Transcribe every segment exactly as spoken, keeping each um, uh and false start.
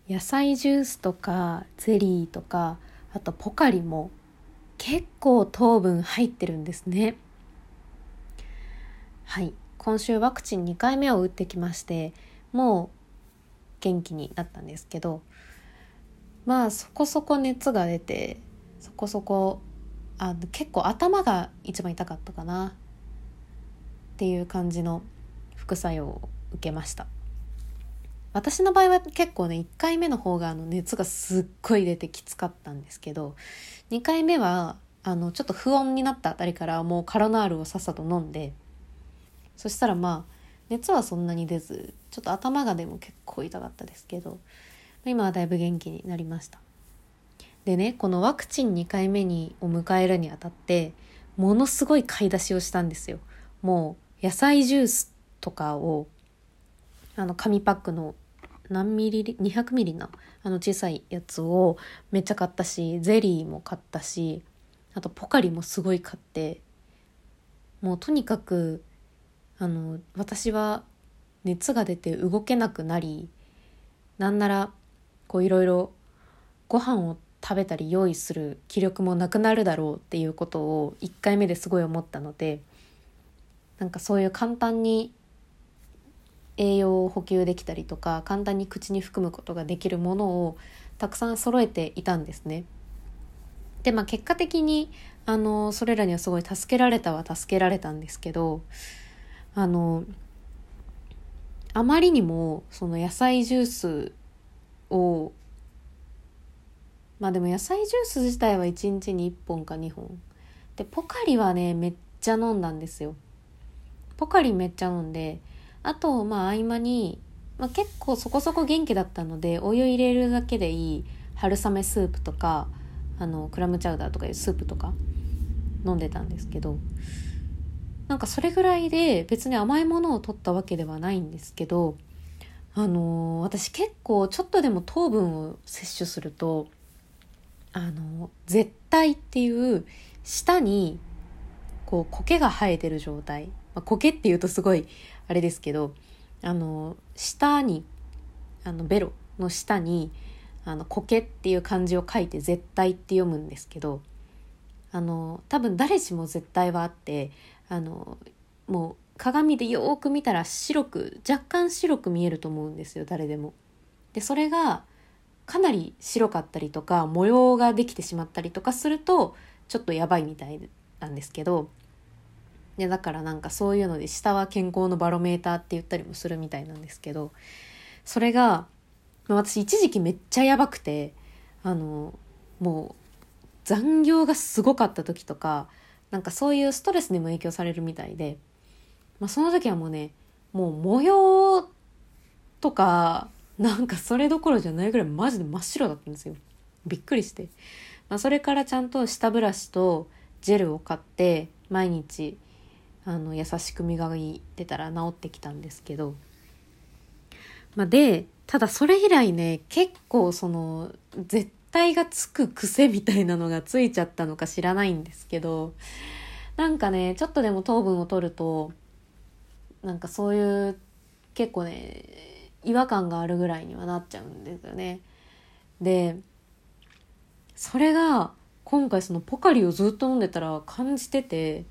野菜ジュースとかゼリーとか、あとポカリも結構糖分入ってるんですね。はい、今週ワクチンにかいめを打ってきまして、もう元気になったんですけど、まあそこそこ熱が出て、そこそこあ結構頭が一番痛かったかなっていう感じの副作用を受けました。私の場合は結構ね、いっかいめの方があの熱がすっごい出てきつかったんですけど、にかいめはあのちょっと不穏になったあたりからもうカロナールをさっさと飲んで、そしたらまあ熱はそんなに出ず、ちょっと頭がでも結構痛かったですけど、今はだいぶ元気になりました。でね、このワクチンにかいめにを迎えるにあたってものすごい買い出しをしたんですよ。もう野菜ジュースとかをあの紙パックの何ミリにひゃくミリのあの小さいやつをめっちゃ買ったし、ゼリーも買ったし、あとポカリもすごい買って、もうとにかくあの私は熱が出て動けなくなり、なんならこういろいろご飯を食べたり用意する気力もなくなるだろうっていうことをいっかいめですごい思ったので、なんかそういう簡単に栄養を補給できたりとか、簡単に口に含むことができるものをたくさん揃えていたんですね。で、まあ結果的にあのそれらにはすごい助けられたは助けられたんですけど、あのあまりにもその野菜ジュースを、まあでも野菜ジュース自体はいちにちにいっぽんかにほんで、ポカリはねめっちゃ飲んだんですよ。ポカリめっちゃ飲んで、あとまあ合間に、まあ、結構そこそこ元気だったのでお湯入れるだけでいい春雨スープとか、あのクラムチャウダーとかいうスープとか飲んでたんですけど、なんかそれぐらいで別に甘いものを取ったわけではないんですけど、あのー、私結構ちょっとでも糖分を摂取すると、あのー、絶対っていう舌にこう苔が生えてる状態、まあ、苔っていうとすごいあれですけど、あの下にあのベロの下にあの苔っていう漢字を書いて絶対って読むんですけど、あの多分誰しも絶対はあって、あのもう鏡でよく見たら白く若干白く見えると思うんですよ、誰でも。でそれがかなり白かったりとか模様ができてしまったりとかするとちょっとやばいみたいなんですけど、でだからなんかそういうので下は健康のバロメーターって言ったりもするみたいなんですけど、それが私一時期めっちゃやばくて、あのもう残業がすごかった時とか、なんかそういうストレスにも影響されるみたいで、まあ、その時はもうね、もう模様とかなんかそれどころじゃないぐらいマジで真っ白だったんですよ。びっくりして、まあ、それからちゃんと舌ブラシとジェルを買って毎日あの優しく磨いてたら治ってきたんですけど、まあ、でただそれ以来ね、結構その絶対がつく癖みたいなのがついちゃったのか知らないんですけど、なんかねちょっとでも糖分を取るとなんかそういう結構ね違和感があるぐらいにはなっちゃうんですよね。でそれが今回そのポカリをずっと飲んでたら感じてて、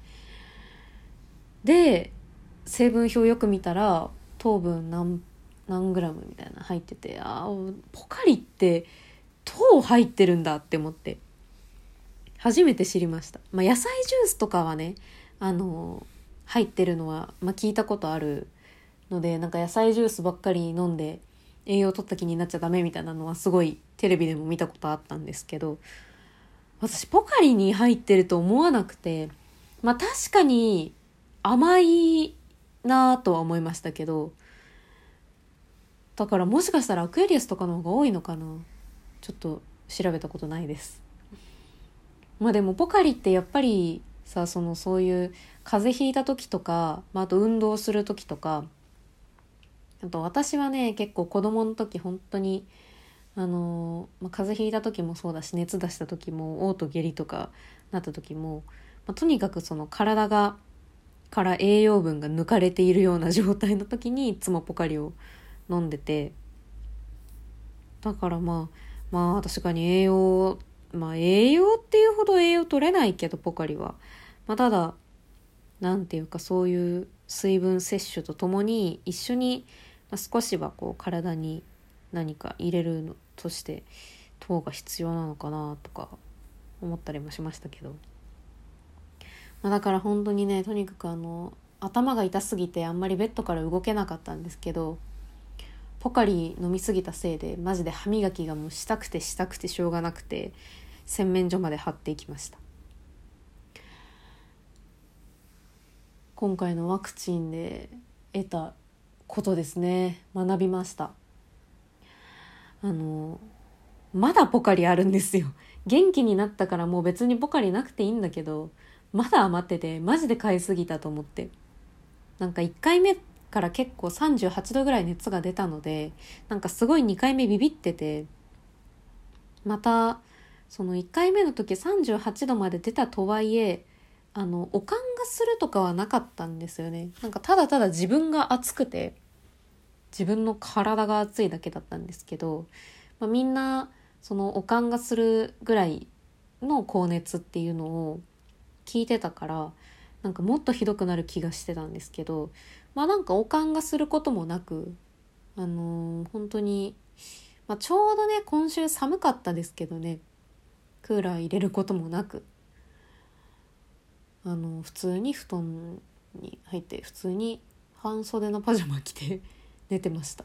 で成分表よく見たら糖分何何グラムみたいな入ってて、あーポカリって糖入ってるんだって思って初めて知りました。まあ、野菜ジュースとかはねあの入ってるのは、まあ、聞いたことあるので、なんか野菜ジュースばっかり飲んで栄養取った気になっちゃダメみたいなのはすごいテレビでも見たことあったんですけど、私ポカリに入ってると思わなくて、まあ確かに甘いなとは思いましたけど、だからもしかしたらアクエリアスとかの方が多いのかな、ちょっと調べたことないです。まあでもポカリってやっぱりさ、そのそういう風邪ひいた時とか、まあ、あと運動する時とか、あと私はね結構子供の時本当にあの、まあ、風邪ひいた時もそうだし、熱出した時も嘔吐下痢とかなった時も、まあ、とにかくその体がから栄養分が抜かれているような状態の時にいつもポカリを飲んでて、 だからまあまあ確かに栄養まあ栄養っていうほど栄養取れないけどポカリは、まあ、ただなんていうかそういう水分摂取とともに一緒に、まあ、少しはこう体に何か入れるのとして糖が必要なのかなとか思ったりもしましたけど、まあ、だから本当にねとにかくあの頭が痛すぎてあんまりベッドから動けなかったんですけど、ポカリ飲みすぎたせいでマジで歯磨きがもうしたくてしたくてしょうがなくて洗面所まで張っていきました。今回のワクチンで得たことですね、学びました。あのまだポカリあるんですよ。元気になったからもう別にポカリなくていいんだけど、まだ余っててマジで買いすぎたと思って、なんかいっかいめから結構さんじゅうはちどぐらい熱が出たので、なんかすごいにかいめビビってて、またそのいっかいめの時さんじゅうはちどまで出たとはいえ、あの悪寒がするとかはなかったんですよね。なんかただただ自分が暑くて自分の体が暑いだけだったんですけど、まあ、みんなその悪寒がするぐらいの高熱っていうのを聞いてたから、なんかもっとひどくなる気がしてたんですけど、まあなんか悪寒がすることもなく、あのー、本当に、まあ、ちょうどね今週寒かったですけどね、クーラー入れることもなく、あの普通に布団に入って普通に半袖のパジャマ着て寝てました。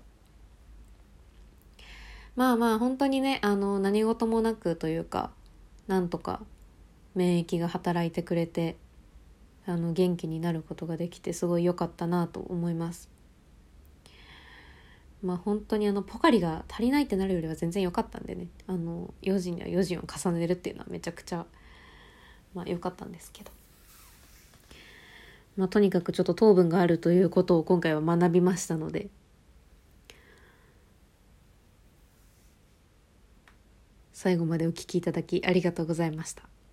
まあまあ本当にね、あの何事もなくというか、なんとか免疫が働いてくれて、あの元気になることができてすごい良かったなと思います。まあ本当にあのポカリが足りないってなるよりは全然良かったんでね、あの用心には用心を重ねるっていうのはめちゃくちゃまあ良かったんですけど、まあとにかくちょっと糖分があるということを今回は学びましたので、最後までお聞きいただきありがとうございました。